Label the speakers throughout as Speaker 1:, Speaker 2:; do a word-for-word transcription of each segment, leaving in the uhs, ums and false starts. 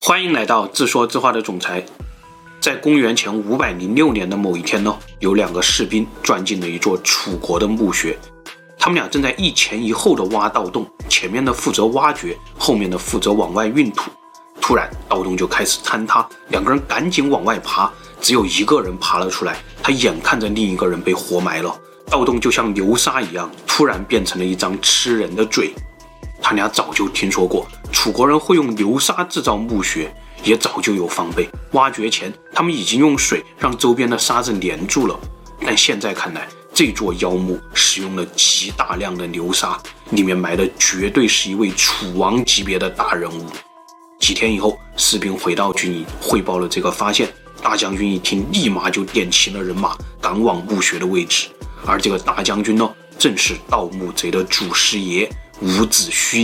Speaker 1: 欢迎来到自说自话的总裁。在公元前五百零六年的某一天呢，有两个士兵钻进了一座楚国的墓穴，他们俩正在一前一后的挖盗洞，前面的负责挖掘，后面的负责往外运土。突然盗洞就开始坍塌，两个人赶紧往外爬，只有一个人爬了出来，他眼看着另一个人被活埋了。盗洞就像流沙一样，突然变成了一张吃人的嘴。他俩早就听说过楚国人会用流沙制造墓穴，也早就有防备。挖掘前他们已经用水让周边的沙子连住了，但现在看来这座妖墓使用了极大量的流沙，里面埋的绝对是一位楚王级别的大人物。几天以后，士兵回到军营汇报了这个发现，大将军一听立马就点齐了人马赶往墓穴的位置。而这个大将军呢，正是盗墓贼的祖师爷伍子胥。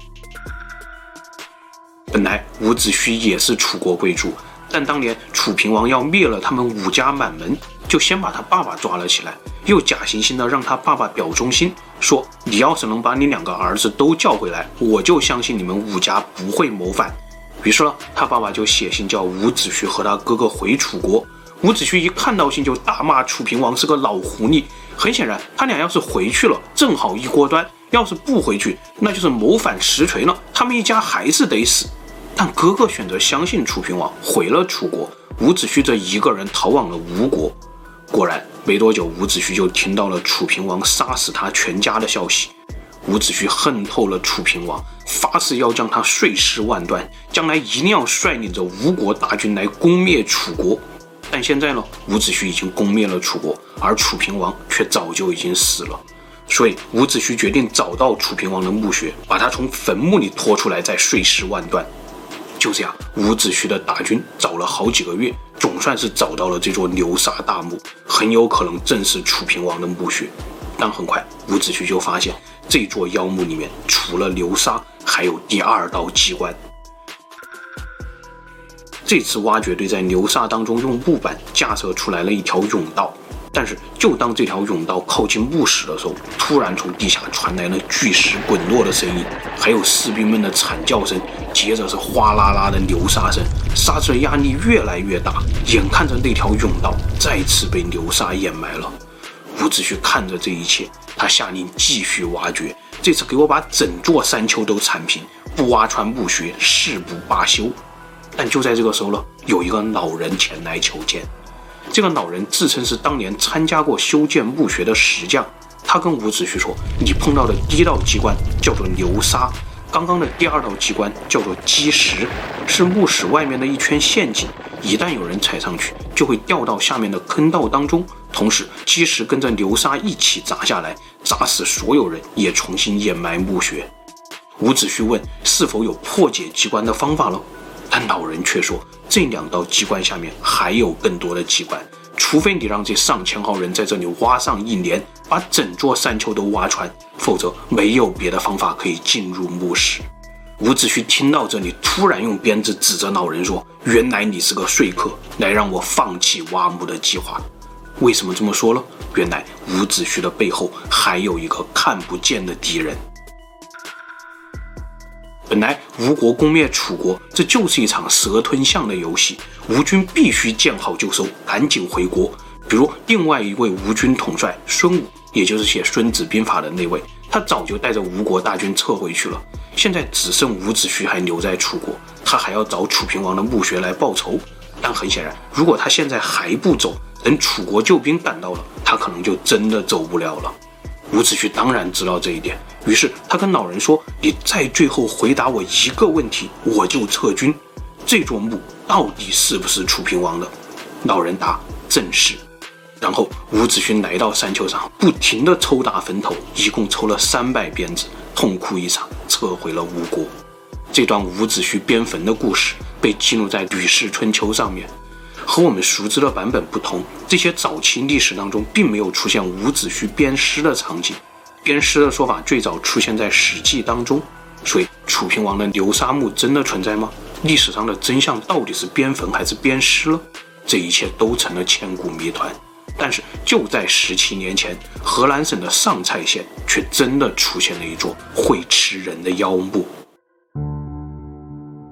Speaker 1: 本来伍子胥也是楚国贵族，但当年楚平王要灭了他们伍家满门，就先把他爸爸抓了起来，又假惺惺的让他爸爸表忠心，说你要是能把你两个儿子都叫回来，我就相信你们伍家不会谋反。于是呢，他爸爸就写信叫伍子胥和他哥哥回楚国。伍子胥一看到信就大骂楚平王是个老狐狸。很显然他俩要是回去了正好一锅端，要是不回去那就是谋反实锤了，他们一家还是得死。但哥哥选择相信楚平王，回了楚国，伍子胥这一个人逃往了吴国。果然没多久，伍子胥就听到了楚平王杀死他全家的消息。伍子胥恨透了楚平王，发誓要将他碎尸万段，将来一定要率领着吴国大军来攻灭楚国。但现在呢，伍子胥已经攻灭了楚国，而楚平王却早就已经死了。所以伍子胥决定找到楚平王的墓穴，把他从坟墓里拖出来，再碎尸万段。就这样，伍子胥的大军找了好几个月，总算是找到了这座流沙大墓，很有可能正是楚平王的墓穴。但很快伍子胥就发现，这座妖墓里面除了流沙，还有第二道机关。这次挖掘队在流沙当中用木板架设出来了一条甬道，但是就当这条甬道靠近墓室的时候，突然从地下传来了巨石滚落的声音，还有士兵们的惨叫声，接着是哗啦啦的流沙声，沙子的压力越来越大，眼看着那条甬道再次被流沙掩埋了。伍子胥看着这一切，他下令继续挖掘，这次给我把整座山丘都铲平，不挖穿墓穴誓不罢休。但就在这个时候呢，有一个老人前来求见。这个老人自称是当年参加过修建墓穴的石匠，他跟伍子胥说，你碰到的第一道机关叫做流沙，刚刚的第二道机关叫做基石，是墓室外面的一圈陷阱，一旦有人踩上去就会掉到下面的坑道当中，同时基石跟着流沙一起砸下来，砸死所有人，也重新掩埋墓穴。伍子胥问是否有破解机关的方法了，但老人却说，这两道机关下面还有更多的机关，除非你让这上千号人在这里挖上一年，把整座山丘都挖穿，否则没有别的方法可以进入墓室。伍子胥听到这里，突然用鞭子指着老人说，原来你是个说客，来让我放弃挖墓的计划。为什么这么说呢？原来伍子胥的背后还有一个看不见的敌人。本来吴国攻灭楚国，这就是一场蛇吞象的游戏，吴军必须见好就收，赶紧回国。比如另外一位吴军统帅孙武，也就是写《孙子兵法》的那位，他早就带着吴国大军撤回去了，现在只剩伍子胥还留在楚国，他还要找楚平王的墓穴来报仇。但很显然，如果他现在还不走，等楚国救兵赶到了，他可能就真的走不了了。伍子胥当然知道这一点，于是他跟老人说，你再最后回答我一个问题，我就撤军。这座墓到底是不是楚平王的？老人答，正是。然后伍子胥来到山丘上，不停地抽打坟头，一共抽了三百鞭子，痛哭一场，撤回了吴国。这段伍子胥鞭坟的故事被记录在《吕氏春秋》上面。和我们熟知的版本不同，这些早期历史当中并没有出现伍子胥鞭尸的场景，鞭尸的说法最早出现在《史记》当中。所以楚平王的流沙墓真的存在吗？历史上的真相到底是鞭坟还是鞭尸了？这一切都成了千古谜团。但是就在十七年前，河南省的上蔡县却真的出现了一座会吃人的妖墓。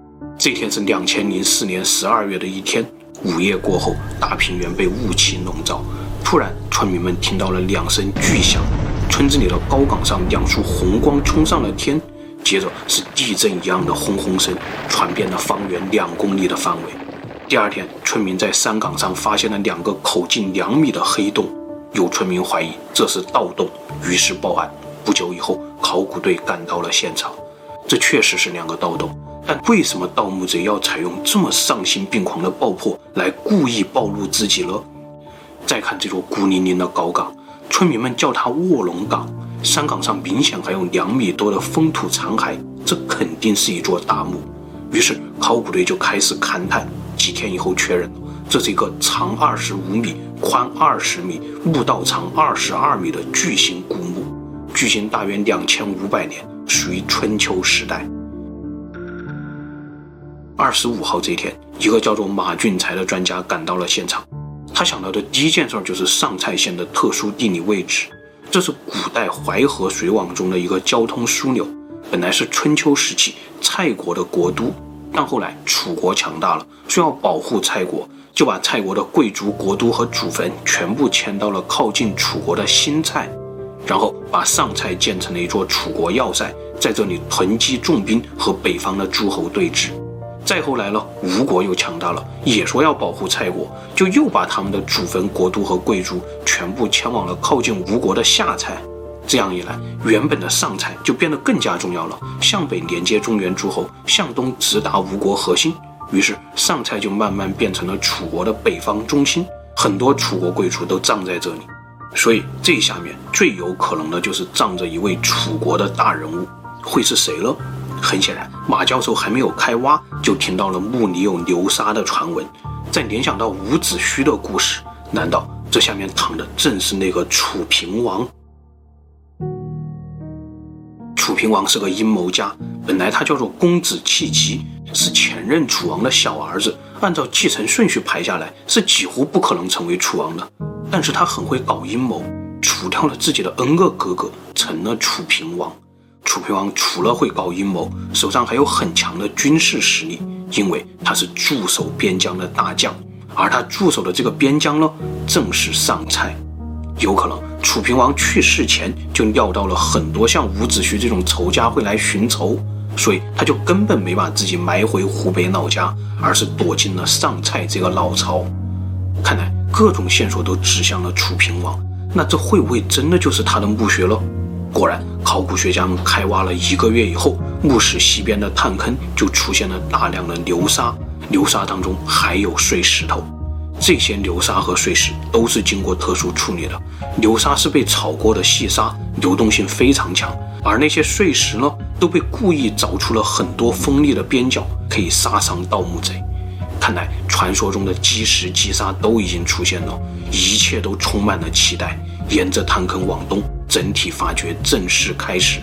Speaker 1: 这天是两千零四年十二月的一天，午夜过后，大平原被雾气笼罩。突然，村民们听到了两声巨响，村子里的高岗上两束红光冲上了天，接着是地震一样的轰轰声，传遍了方圆两公里的范围。第二天，村民在山岗上发现了两个口径两米的黑洞，有村民怀疑这是盗洞，于是报案。不久以后，考古队赶到了现场。这确实是两个盗洞，但为什么盗墓贼要采用这么丧心病狂的爆破来故意暴露自己呢？再看这座孤零零的高岗，村民们叫它卧龙岗，山岗上明显还有两米多的封土残骸，这肯定是一座大墓。于是考古队就开始勘探，几天以后确认，这是一个长二十五米、宽二十米、墓道长二十二米的巨型古墓，距今大约两千五百年，属于春秋时代。二十五号这天，一个叫做马俊才的专家赶到了现场。他想到的第一件事就是上蔡县的特殊地理位置，这是古代淮河水网中的一个交通枢纽，本来是春秋时期蔡国的国都，但后来楚国强大了，需要保护蔡国，就把蔡国的贵族国都和祖坟全部迁到了靠近楚国的新蔡，然后把上蔡建成了一座楚国要塞，在这里囤积重兵和北方的诸侯对峙。再后来了，吴国又强大了，也说要保护蔡国，就又把他们的祖坟、国都和贵族全部迁往了靠近吴国的下蔡。这样一来，原本的上蔡就变得更加重要了，向北连接中原诸侯，向东直达吴国核心。于是上蔡就慢慢变成了楚国的北方中心，很多楚国贵族都葬在这里。所以这下面最有可能的就是葬着一位楚国的大人物，会是谁呢？很显然，马教授还没有开挖，就听到了墓里有流沙的传闻。再联想到伍子胥的故事，难道这下面躺的正是那个楚平王？楚平王是个阴谋家，本来他叫做公子弃疾，是前任楚王的小儿子，按照继承顺序排下来，是几乎不可能成为楚王的。但是他很会搞阴谋，除掉了自己的 N 个哥哥，成了楚平王。楚平王除了会搞阴谋，手上还有很强的军事实力，因为他是驻守边疆的大将，而他驻守的这个边疆呢，正是上蔡。有可能楚平王去世前就料到了很多像伍子胥这种仇家会来寻仇，所以他就根本没把自己埋回湖北老家，而是躲进了上蔡这个老巢。看来各种线索都指向了楚平王，那这会不会真的就是他的墓穴了？果然，考古学家们开挖了一个月以后，墓室西边的探坑就出现了大量的流沙，流沙当中还有碎石头。这些流沙和碎石都是经过特殊处理的，流沙是被炒过的细沙，流动性非常强，而那些碎石呢，都被故意凿出了很多锋利的边角，可以杀伤盗墓贼。看来传说中的积石积沙都已经出现了，一切都充满了期待。沿着探坑往东，整体发掘正式开始。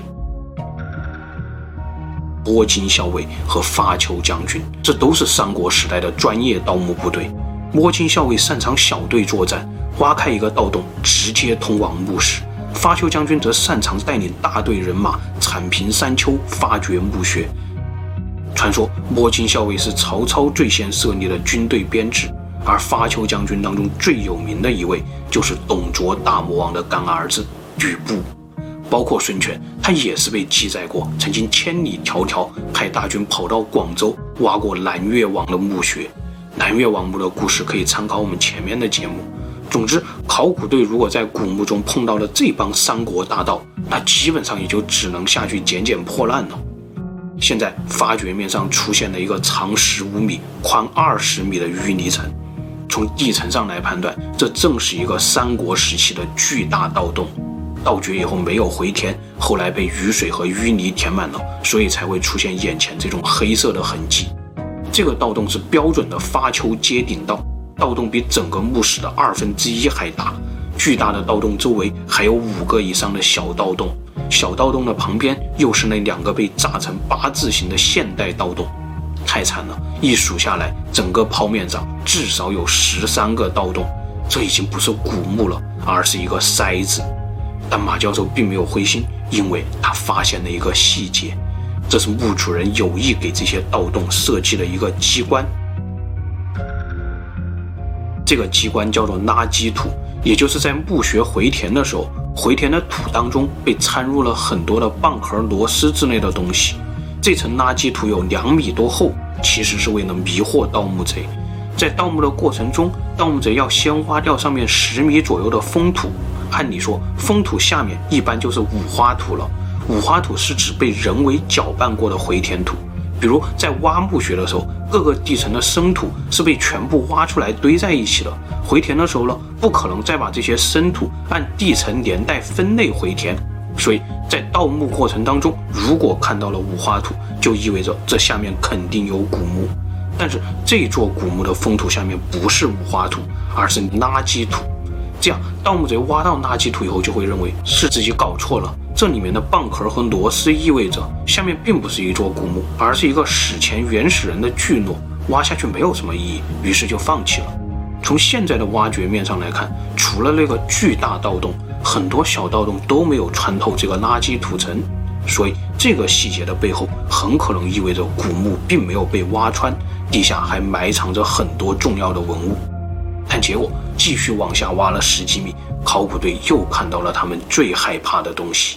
Speaker 1: 波金校尉和发丘将军，这都是三国时代的专业盗墓部队。摸金校尉擅长小队作战，挖开一个盗洞直接通往墓室；发丘将军则擅长带领大队人马铲平山丘，发掘墓穴。传说摸金校尉是曹操最先设立的军队编制，而发丘将军当中最有名的一位就是董卓大魔王的干儿子吕布。包括孙权，他也是被记载过曾经千里迢迢派大军跑到广州挖过南越王的墓穴。南越王墓的故事可以参考我们前面的节目。总之，考古队如果在古墓中碰到了这帮三国大盗，那基本上也就只能下去捡捡破烂了。现在发掘面上出现了一个长十五米、宽二十米的淤泥层，从地层上来判断，这正是一个三国时期的巨大盗洞。盗掘以后没有回填，后来被雨水和淤泥填满了，所以才会出现眼前这种黑色的痕迹。这个盗洞是标准的发丘接顶盗，盗洞比整个墓室的二分之一还大。巨大的盗洞周围还有五个以上的小盗洞，小盗洞的旁边又是那两个被炸成八字形的现代盗洞。太惨了，一数下来，整个剖面上至少有十三个盗洞，这已经不是古墓了，而是一个筛子。但马教授并没有灰心，因为他发现了一个细节， 这是墓主人有意给这些盗洞设计的一个机关。这个机关叫做垃圾土，也就是在墓穴回填的时候，回填的土当中被掺入了很多的蚌壳、螺丝之类的东西。这层垃圾土有两米多厚，其实是为了迷惑盗墓贼。在盗墓的过程中，盗墓贼要先挖掉上面十米左右的封土。按理说，封土下面一般就是五花土了。五花土是指被人为搅拌过的回填土。比如在挖墓穴的时候，各个地层的生土是被全部挖出来堆在一起的。回填的时候呢，不可能再把这些生土按地层连带分类回填。所以在盗墓过程当中，如果看到了五花土，就意味着这下面肯定有古墓。但是这座古墓的封土下面不是五花土，而是垃圾土。这样盗墓贼挖到垃圾土以后，就会认为是自己搞错了，这里面的蚌壳和螺丝意味着下面并不是一座古墓，而是一个史前原始人的聚落，挖下去没有什么意义，于是就放弃了。从现在的挖掘面上来看，除了那个巨大盗洞，很多小盗洞都没有穿透这个垃圾土层，所以这个细节的背后很可能意味着古墓并没有被挖穿，地下还埋藏着很多重要的文物。但结果继续往下挖了十几米，考古队又看到了他们最害怕的东西。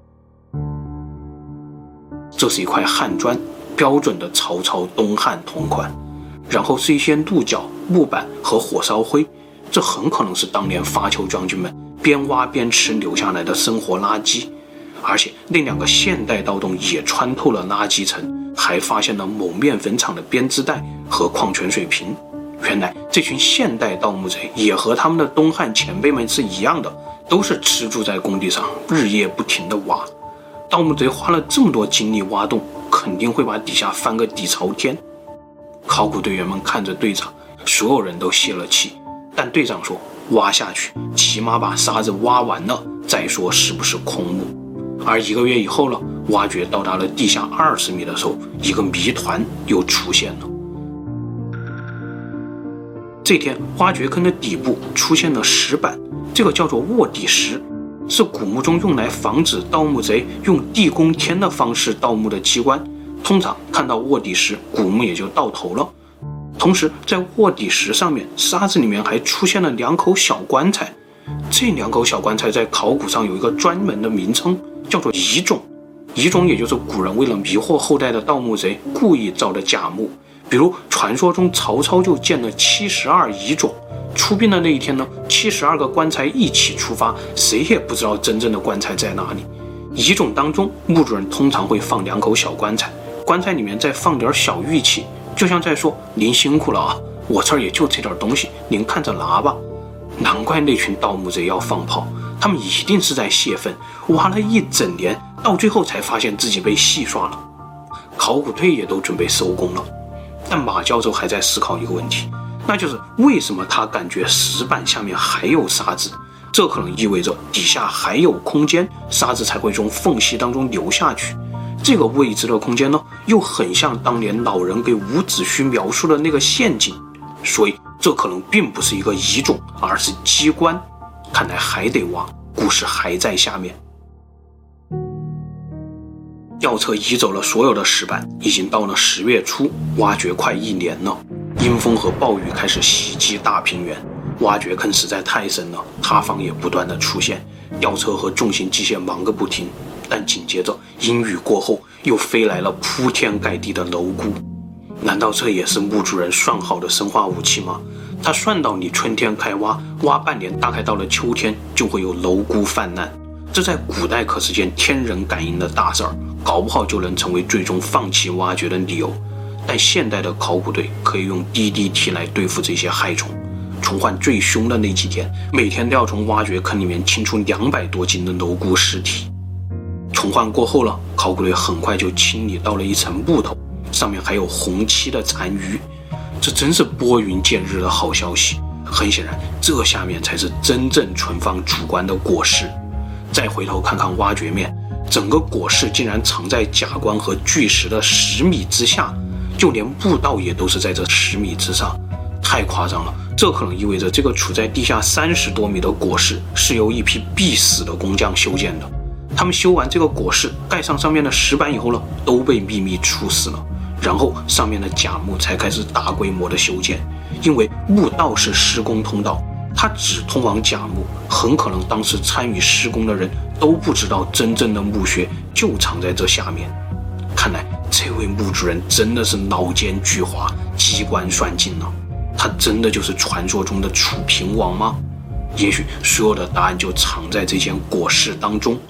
Speaker 1: 这是一块汉砖，标准的曹操东汉铜款，然后是一些鹿角、木板和火烧灰，这很可能是当年伐酋将军们边挖边吃留下来的生活垃圾。而且那两个现代盗洞也穿透了垃圾层，还发现了某面粉厂的编织袋和矿泉水瓶。原来这群现代盗墓贼也和他们的东汉前辈们是一样的，都是吃住在工地上，日夜不停地挖。盗墓贼花了这么多精力挖洞，肯定会把底下翻个底朝天。考古队员们看着队长，所有人都泄了气，但队长说，挖下去起码把沙子挖完了再说是不是空墓。而一个月以后了，挖掘到达了地下二十米的时候，一个谜团又出现了。这天挖掘坑的底部出现了石板，这个叫做卧底石，是古墓中用来防止盗墓贼用地宫天的方式盗墓的机关。通常看到卧底石，古墓也就到头了。同时在卧底石上面，沙子里面还出现了两口小棺材，这两口小棺材在考古上有一个专门的名称，叫做遗冢。遗冢也就是古人为了迷惑后代的盗墓贼故意造的假墓。比如传说中曹操就建了七十二遗冢，出殡的那一天呢，七十二个棺材一起出发，谁也不知道真正的棺材在哪里。遗冢当中，墓主人通常会放两口小棺材，棺材里面再放点小玉器，就像在说您辛苦了啊，我这儿也就这点东西，您看着拿吧。难怪那群盗墓贼要放炮，他们一定是在泄愤，挖了一整年，到最后才发现自己被戏耍了。考古队也都准备收工了，但马教授还在思考一个问题，那就是为什么他感觉石板下面还有沙子？这可能意味着底下还有空间，沙子才会从缝隙当中流下去。这个未知的空间呢，又很像当年老人给伍子胥描述的那个陷阱，所以这可能并不是一个遗冢，而是机关。看来还得挖，故事还在下面。吊车移走了所有的石板，已经到了十月初，挖掘快一年了。阴风和暴雨开始袭击大平原，挖掘坑实在太深了，塌方也不断的出现，吊车和重型机械忙个不停。但紧接着阴雨过后，又飞来了铺天盖地的蝼蛄。难道这也是墓主人算好的生化武器吗？他算到你春天开挖，挖半年，大概到了秋天就会有蝼蛄泛滥。这在古代可是件天人感应的大事儿，搞不好就能成为最终放弃挖掘的理由。但现代的考古队可以用 D D T 来对付这些害虫。虫患最凶的那几天，每天都要从挖掘坑里面清出两百多斤的蝼蛄尸体。虫患过后了，考古队很快就清理到了一层木头，上面还有红漆的残余。这真是拨云见日的好消息。很显然，这下面才是真正存放主棺的椁室。再回头看看挖掘面，整个椁室竟然藏在假棺和巨石的十米之下，就连墓道也都是在这十米之上，太夸张了。这可能意味着这个处在地下三十多米的椁室是由一批必死的工匠修建的。 他们修完这个椁室，盖上上面的石板以后呢，都被秘密处死了。然后上面的假墓才开始大规模的修建，因为墓道是施工通道，它只通往假墓，很可能当时参与施工的人都不知道真正的墓穴就藏在这下面。看来这位墓主人真的是脑奸巨猾，机关算尽了。他真的就是传说中的楚平王吗？也许所有的答案就藏在这间椁室当中。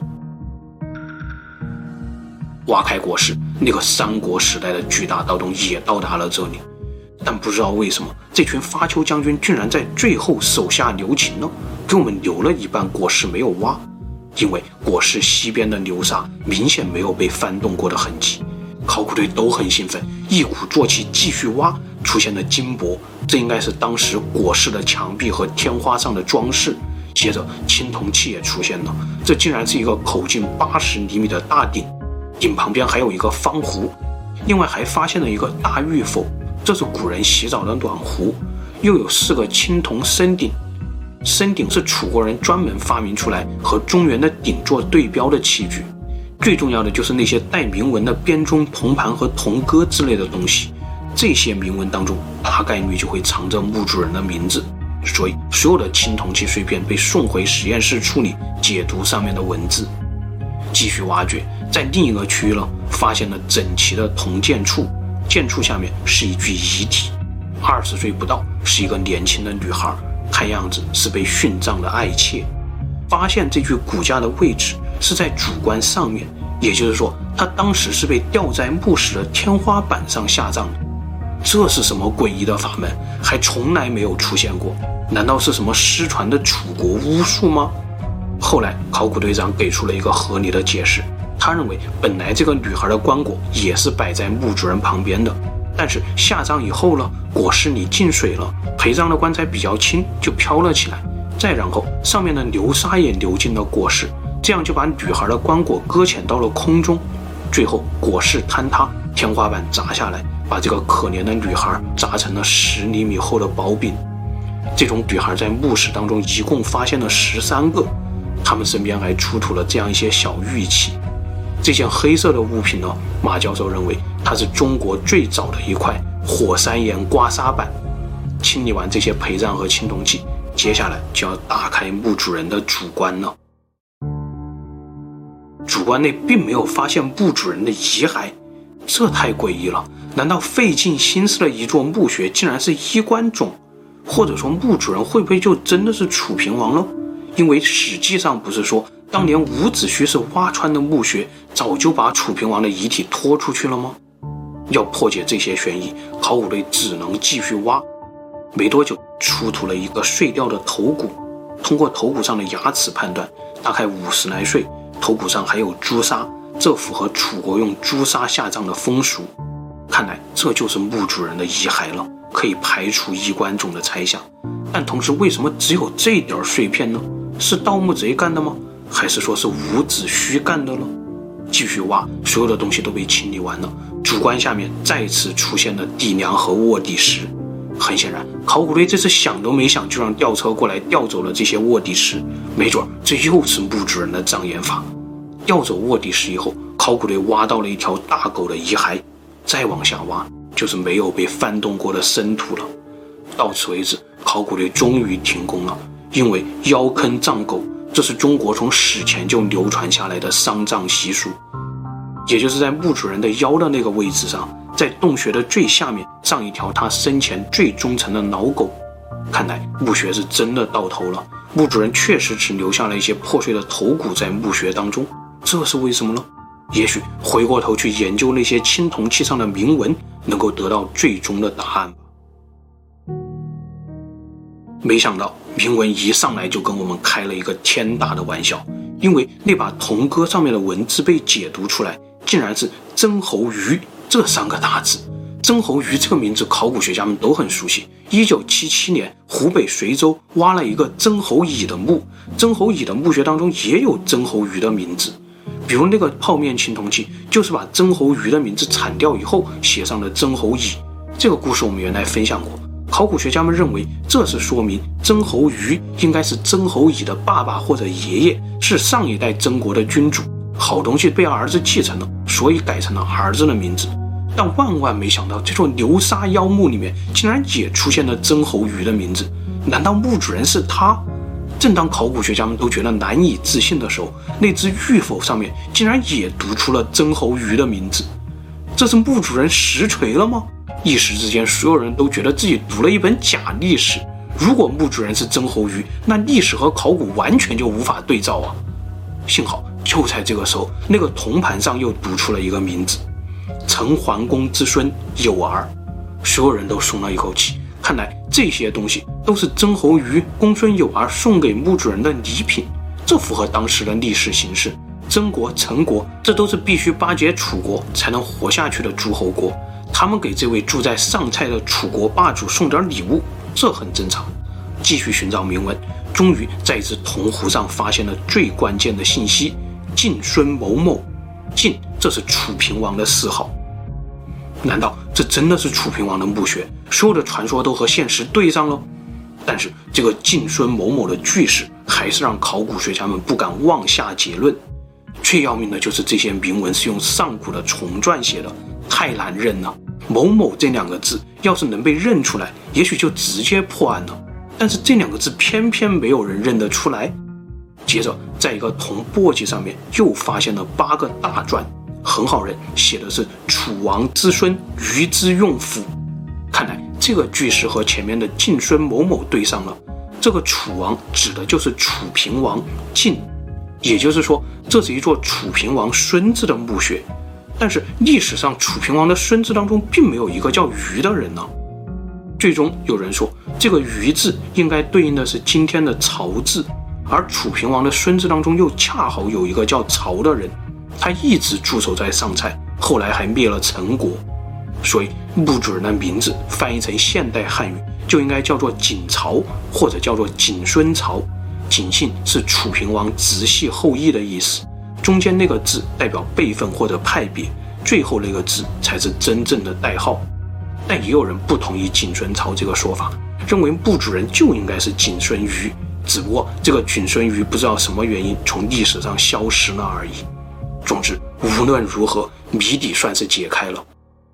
Speaker 1: 挖开椁室，那个三国时代的巨大盗洞也到达了这里，但不知道为什么，这群发丘将军竟然在最后手下留情了，给我们留了一半椁室没有挖。因为椁室西边的流沙明显没有被翻动过的痕迹，考古队都很兴奋，一鼓作气继续挖。出现了金箔，这应该是当时椁室的墙壁和天花上的装饰。接着青铜器也出现了，这竟然是一个口径八十厘米的大鼎，鼎旁边还有一个方壶。另外还发现了一个大玉否，这是古人洗澡的暖壶。又有四个青铜深鼎，深鼎是楚国人专门发明出来和中原的鼎做对标的器具。最重要的就是那些带铭文的编钟、铜盘和铜戈之类的东西，这些铭文当中大概率就会藏着墓主人的名字，所以所有的青铜器碎片被送回实验室处理，解读上面的文字。继续挖掘，在另一个区域呢，发现了整齐的铜剑簇，剑簇下面是一具遗体，二十岁不到，是一个年轻的女孩，看样子是被殉葬的爱妾。发现这具骨架的位置是在主棺上面，也就是说，她当时是被吊在墓室的天花板上下葬的。这是什么诡异的法门？还从来没有出现过？难道是什么失传的楚国巫术吗？后来考古队长给出了一个合理的解释，他认为本来这个女孩的棺椁也是摆在墓主人旁边的，但是下葬以后呢，椁室里进水了，陪葬的棺材比较轻，就飘了起来，再然后上面的流沙也流进了椁室，这样就把女孩的棺椁搁浅到了空中，最后椁室坍塌，天花板砸下来，把这个可怜的女孩砸成了十厘米厚的薄饼。这种女孩在墓室当中一共发现了十三个，他们身边还出土了这样一些小玉器。这件黑色的物品呢，马教授认为它是中国最早的一块火山岩刮痧板。清理完这些陪葬和青铜器，接下来就要打开墓主人的主棺了。主棺内并没有发现墓主人的遗骸，这太诡异了！难道费尽心思的一座墓穴竟然是衣冠冢？或者说墓主人会不会就真的是楚平王了？因为史记上不是说当年伍子胥是挖穿的墓穴，早就把楚平王的遗体拖出去了吗？要破解这些悬疑，考古队只能继续挖。没多久出土了一个碎掉的头骨，通过头骨上的牙齿判断，大概五十来岁，头骨上还有朱砂，这符合楚国用朱砂下葬的风俗。看来这就是墓主人的遗骸了，可以排除衣冠冢的猜想。但同时为什么只有这点碎片呢？是盗墓贼干的吗？还是说是伍子胥干的呢？继续挖，所有的东西都被清理完了，主棺下面再次出现了底梁和卧底石。很显然，考古队这次想都没想就让吊车过来吊走了这些卧底石，没准这又是墓主人的障眼法。吊走卧底石以后，考古队挖到了一条大狗的遗骸，再往下挖就是没有被翻动过的深土了。到此为止，考古队终于停工了，因为腰坑葬狗，这是中国从史前就流传下来的丧葬习俗，也就是在墓主人的腰的那个位置上，在洞穴的最下面葬一条他生前最忠诚的老狗。看来墓穴是真的到头了，墓主人确实只留下了一些破碎的头骨在墓穴当中，这是为什么呢？也许回过头去研究那些青铜器上的铭文，能够得到最终的答案吧。没想到铭文一上来就跟我们开了一个天大的玩笑，因为那把铜戈上面的文字被解读出来，竟然是曾侯乙这三个大字。曾侯乙这个名字考古学家们都很熟悉，一九七七年湖北随州挖了一个曾侯乙的墓，曾侯乙的墓穴当中也有曾侯乙的名字。比如那个泡面青铜器，就是把曾侯乙的名字铲掉以后写上了曾侯乙。这个故事我们原来分享过，考古学家们认为这是说明曾侯乙应该是曾侯乙的爸爸或者爷爷，是上一代曾国的君主， 好东西被儿子继承了，所以改成了儿子的名字。但万万没想到，这座流沙妖墓里面竟然也出现了曾侯瑜的名字。难道墓主人是他？正当考古学家们都觉得难以置信的时候，那只玉否上面竟然也读出了曾侯瑜的名字。这是墓主人实锤了吗？一时之间，所有人都觉得自己读了一本假历史。如果墓主人是曾侯瑜，那历史和考古完全就无法对照啊！幸好就在这个时候，那个铜盘上又读出了一个名字：陈桓公之孙有儿。所有人都松了一口气，看来这些东西都是曾侯瑜公孙有儿送给墓主人的礼品，这符合当时的历史形势。曾国、陈国，这都是必须巴结楚国才能活下去的诸侯国，他们给这位住在上蔡的楚国霸主送点礼物，这很正常。继续寻找铭文，终于在一只铜壶上发现了最关键的信息：晋孙某某。晋，这是楚平王的谥号。难道这真的是楚平王的墓穴？所有的传说都和现实对上了？但是这个晋孙某某的句式还是让考古学家们不敢妄下结论。最要命的就是这些铭文是用上古的重篆写的，太难认了。某某这两个字要是能被认出来，也许就直接破案了。但是这两个字偏偏没有人认得出来。接着在一个铜簸箕上面又发现了八个大篆，很好认，写的是楚王之孙于之用府。看来这个句式和前面的晋孙某某对上了，这个楚王指的就是楚平王晋，也就是说这是一座楚平王孙子的墓穴。但是历史上楚平王的孙子当中并没有一个叫于的人呢。最终有人说，这个于字应该对应的是今天的曹字，而楚平王的孙子当中又恰好有一个叫曹的人，他一直驻守在上蔡，后来还灭了陈国。所以墓主人的名字翻译成现代汉语就应该叫做景曹，或者叫做景孙曹。景姓是楚平王直系后裔的意思，中间那个字代表辈分或者派别，最后那个字才是真正的代号。但也有人不同意景孙曹这个说法，认为墓主人就应该是景孙瑜，只不过这个景孙瑜不知道什么原因从历史上消失了而已。总之无论如何，谜底算是解开了。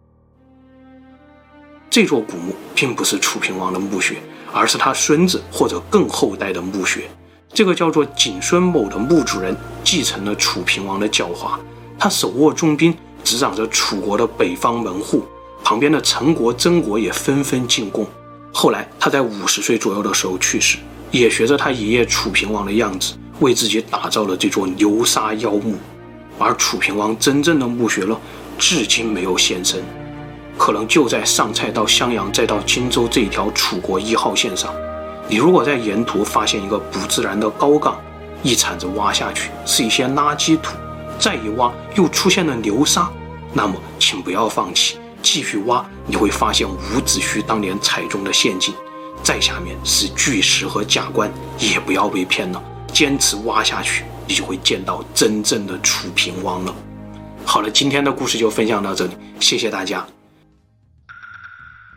Speaker 1: 这座古墓并不是楚平王的墓穴，而是他孙子或者更后代的墓穴。这个叫做景孙某的墓主人继承了楚平王的狡猾，他手握重兵，执掌着楚国的北方门户，旁边的陈国、曾国也纷纷进贡。后来他在五十岁左右的时候去世，也学着他爷爷楚平王的样子，为自己打造了这座流沙妖墓。而楚平王真正的墓穴了，至今没有现身，可能就在上蔡到襄阳再到荆州这一条楚国一号线上。你如果在沿途发现一个不自然的高岗，一铲子挖下去是一些垃圾土，再一挖又出现了流沙，那么请不要放弃，继续挖，你会发现伍子胥当年踩中的陷阱。再下面是巨石和甲棺，也不要被骗了，坚持挖下去，你就会见到真正的楚平王了。好了，今天的故事就分享到这里，谢谢大家。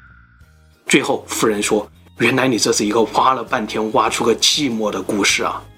Speaker 1: 最后夫人说，原来你这是一个挖了半天挖出个寂寞的故事啊。